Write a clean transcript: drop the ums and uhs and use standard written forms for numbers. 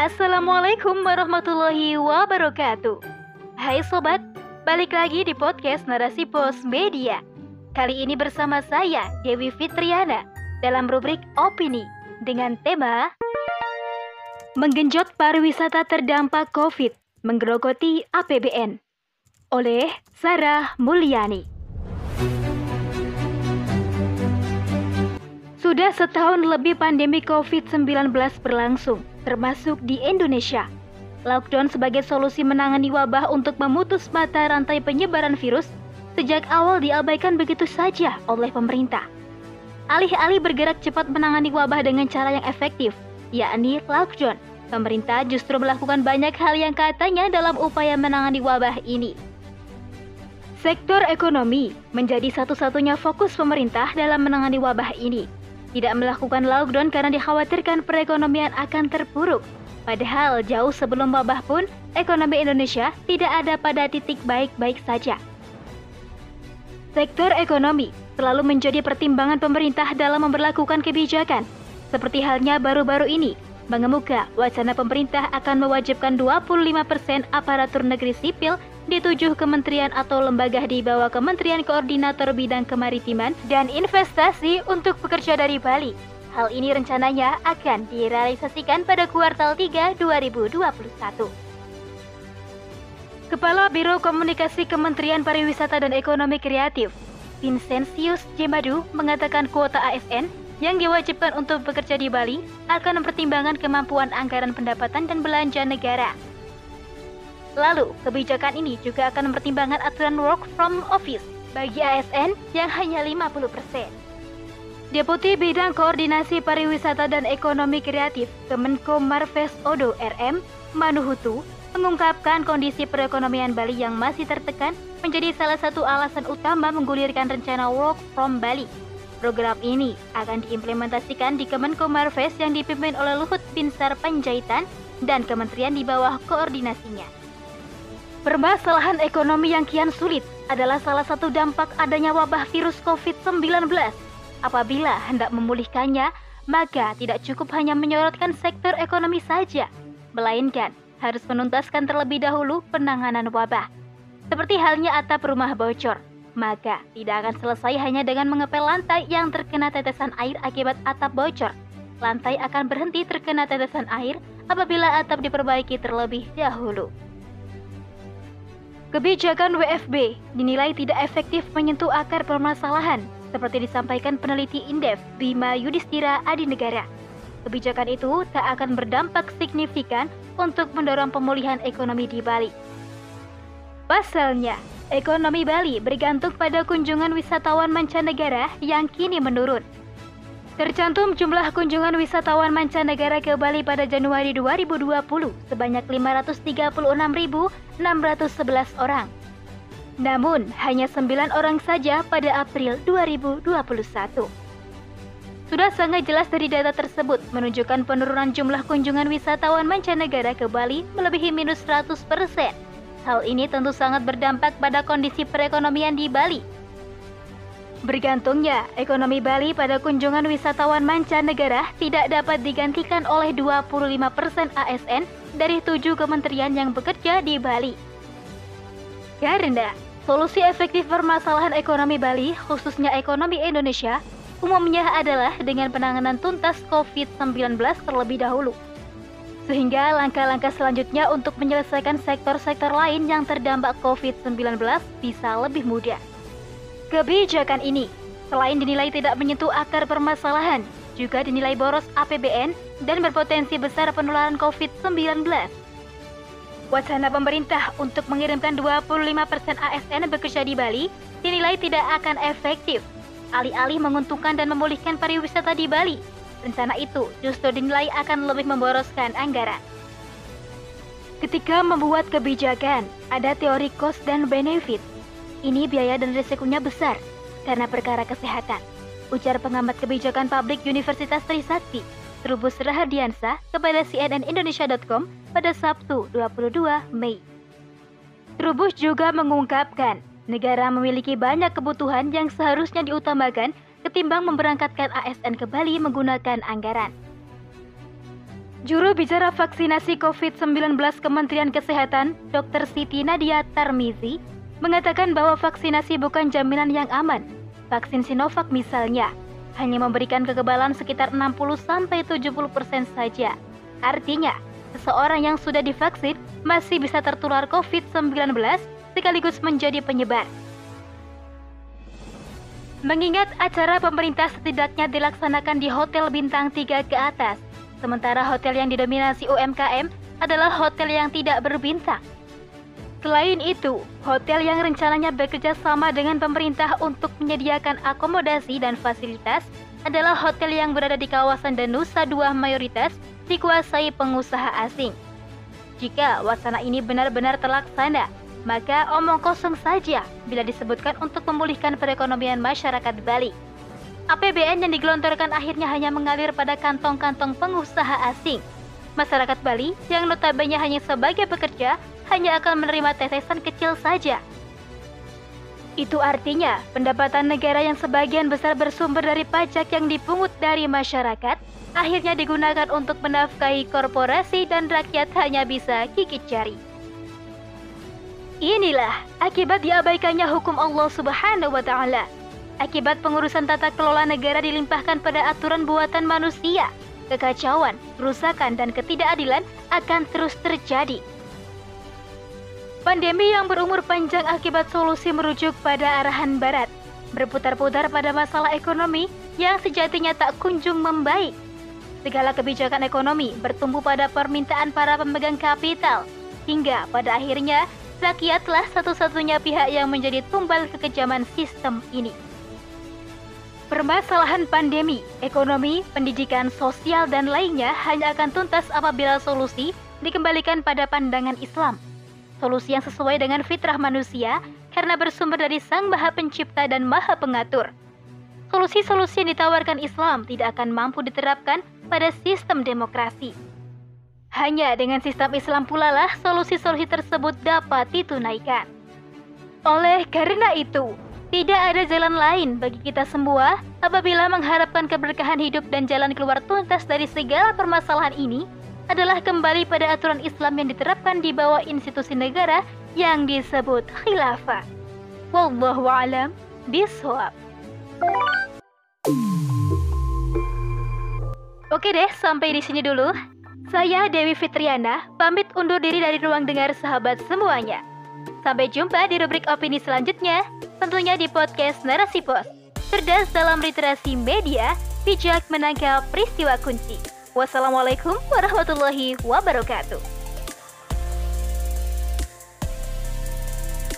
Assalamualaikum warahmatullahi wabarakatuh. Hai sobat, balik lagi di podcast Narasi Pos Media. Kali ini bersama saya, Dewi Fitriana, dalam rubrik Opini dengan tema Menggenjot pariwisata terdampak COVID, menggerogoti APBN oleh Sarah Mulyani. Sudah setahun lebih pandemi COVID-19 berlangsung, termasuk di Indonesia. Lockdown sebagai solusi menangani wabah untuk memutus mata rantai penyebaran virus sejak awal diabaikan begitu saja oleh pemerintah. Alih-alih bergerak cepat menangani wabah dengan cara yang efektif, yakni lockdown, pemerintah justru melakukan banyak hal yang katanya dalam upaya menangani wabah ini. Sektor ekonomi menjadi satu-satunya fokus pemerintah dalam menangani wabah ini. Tidak melakukan lockdown karena dikhawatirkan perekonomian akan terpuruk. Padahal jauh sebelum wabah pun, ekonomi Indonesia tidak ada pada titik baik-baik saja. Sektor ekonomi selalu menjadi pertimbangan pemerintah dalam memberlakukan kebijakan. Seperti halnya baru-baru ini, mengemuka wacana pemerintah akan mewajibkan 25% aparatur negeri sipil di 7 kementerian atau lembaga di bawah Kementerian Koordinator Bidang Kemaritiman dan Investasi untuk bekerja dari Bali. Hal ini rencananya akan direalisasikan pada kuartal 3 2021. Kepala Biro Komunikasi Kementerian Pariwisata dan Ekonomi Kreatif, Vincentius Jemadu, mengatakan kuota ASN yang diwajibkan untuk bekerja di Bali akan mempertimbangkan kemampuan anggaran pendapatan dan belanja negara. Lalu, kebijakan ini juga akan mempertimbangkan aturan work from office bagi ASN yang hanya 50%. Deputi Bidang Koordinasi Pariwisata dan Ekonomi Kreatif Kemenko Marves Odo RM, Manuhutu, mengungkapkan kondisi perekonomian Bali yang masih tertekan menjadi salah satu alasan utama menggulirkan rencana work from Bali. Program ini akan diimplementasikan di Kemenko Marves yang dipimpin oleh Luhut Binsar Panjaitan dan kementerian di bawah koordinasinya. Permasalahan ekonomi yang kian sulit adalah salah satu dampak adanya wabah virus COVID-19. Apabila hendak memulihkannya, maka tidak cukup hanya menyorotkan sektor ekonomi saja, melainkan harus menuntaskan terlebih dahulu penanganan wabah. Seperti halnya atap rumah bocor, maka tidak akan selesai hanya dengan mengepel lantai yang terkena tetesan air akibat atap bocor. Lantai akan berhenti terkena tetesan air apabila atap diperbaiki terlebih dahulu. Kebijakan WFB dinilai tidak efektif menyentuh akar permasalahan, seperti disampaikan peneliti Indef Bima Yudhistira Adinegara. Kebijakan itu tak akan berdampak signifikan untuk mendorong pemulihan ekonomi di Bali. Pasalnya, ekonomi Bali bergantung pada kunjungan wisatawan mancanegara yang kini menurun. Tercantum jumlah kunjungan wisatawan mancanegara ke Bali pada Januari 2020 sebanyak 536.611 orang. Namun, hanya 9 orang saja pada April 2021. Sudah sangat jelas dari data tersebut menunjukkan penurunan jumlah kunjungan wisatawan mancanegara ke Bali melebihi minus 100%. Hal ini tentu sangat berdampak pada kondisi perekonomian di Bali. Bergantungnya ekonomi Bali pada kunjungan wisatawan mancanegara tidak dapat digantikan oleh 25% ASN dari 7 kementerian yang bekerja di Bali. Karena solusi efektif permasalahan ekonomi Bali, khususnya ekonomi Indonesia, umumnya adalah dengan penanganan tuntas COVID-19 terlebih dahulu. Sehingga langkah-langkah selanjutnya untuk menyelesaikan sektor-sektor lain yang terdampak COVID-19 bisa lebih mudah. Kebijakan ini, selain dinilai tidak menyentuh akar permasalahan, juga dinilai boros APBN dan berpotensi besar penularan COVID-19. Wacana pemerintah untuk mengirimkan 25% ASN bekerja di Bali dinilai tidak akan efektif. Alih-alih menguntungkan dan memulihkan pariwisata di Bali, rencana itu justru dinilai akan lebih memboroskan anggaran. Ketika membuat kebijakan, ada teori cost dan benefit. Ini biaya dan risikonya besar karena perkara kesehatan, ujar pengamat kebijakan publik Universitas Trisakti, Trubus Rahardiansah kepada cnnindonesia.com pada Sabtu 22 Mei. Trubus juga mengungkapkan, negara memiliki banyak kebutuhan yang seharusnya diutamakan ketimbang memberangkatkan ASN ke Bali menggunakan anggaran. Juru bicara vaksinasi COVID-19 Kementerian Kesehatan, Dr. Siti Nadia Tarmizi, mengatakan bahwa vaksinasi bukan jaminan yang aman. Vaksin Sinovac misalnya, hanya memberikan kekebalan sekitar 60-70% saja. Artinya, seseorang yang sudah divaksin masih bisa tertular COVID-19 sekaligus menjadi penyebar. Mengingat acara pemerintah setidaknya dilaksanakan di hotel bintang 3 ke atas, sementara hotel yang didominasi UMKM adalah hotel yang tidak berbintang. Selain itu, hotel yang rencananya bekerja sama dengan pemerintah untuk menyediakan akomodasi dan fasilitas adalah hotel yang berada di kawasan Danusa 2 mayoritas dikuasai pengusaha asing. Jika wacana ini benar-benar terlaksana, maka omong kosong saja bila disebutkan untuk memulihkan perekonomian masyarakat Bali. APBN yang digelontorkan akhirnya hanya mengalir pada kantong-kantong pengusaha asing. Masyarakat Bali yang notabene hanya sebagai pekerja hanya akan menerima tetesan kecil saja. Itu artinya pendapatan negara yang sebagian besar bersumber dari pajak yang dipungut dari masyarakat akhirnya digunakan untuk menafkahi korporasi dan rakyat hanya bisa gigit jari. Inilah akibat diabaikannya hukum Allah Subhanahu wa Ta'ala. Akibat pengurusan tata kelola negara dilimpahkan pada aturan buatan manusia, kekacauan, kerusakan, dan ketidakadilan akan terus terjadi. Pandemi yang berumur panjang akibat solusi merujuk pada arahan barat, berputar-putar pada masalah ekonomi yang sejatinya tak kunjung membaik. Segala kebijakan ekonomi bertumbuh pada permintaan para pemegang kapital, hingga pada akhirnya rakyatlah satu-satunya pihak yang menjadi tumbal kekejaman sistem ini. Permasalahan pandemi, ekonomi, pendidikan, sosial, dan lainnya hanya akan tuntas apabila solusi dikembalikan pada pandangan Islam. Solusi yang sesuai dengan fitrah manusia karena bersumber dari Sang Maha Pencipta dan Maha Pengatur. Solusi-solusi yang ditawarkan Islam tidak akan mampu diterapkan pada sistem demokrasi. Hanya dengan sistem Islam pula lah solusi-solusi tersebut dapat ditunaikan. Oleh karena itu, tidak ada jalan lain bagi kita semua apabila mengharapkan keberkahan hidup dan jalan keluar tuntas dari segala permasalahan ini adalah kembali pada aturan Islam yang diterapkan di bawah institusi negara yang disebut khilafah. Wallahu a'lam bishawab. Oke deh, sampai di sini dulu. Saya Dewi Fitriana, pamit undur diri dari ruang dengar sahabat semuanya. Sampai jumpa di rubrik opini selanjutnya, tentunya di podcast Narasi Pos. Cerdas dalam literasi media, bijak menangkap peristiwa kunci. Wassalamualaikum warahmatullahi wabarakatuh.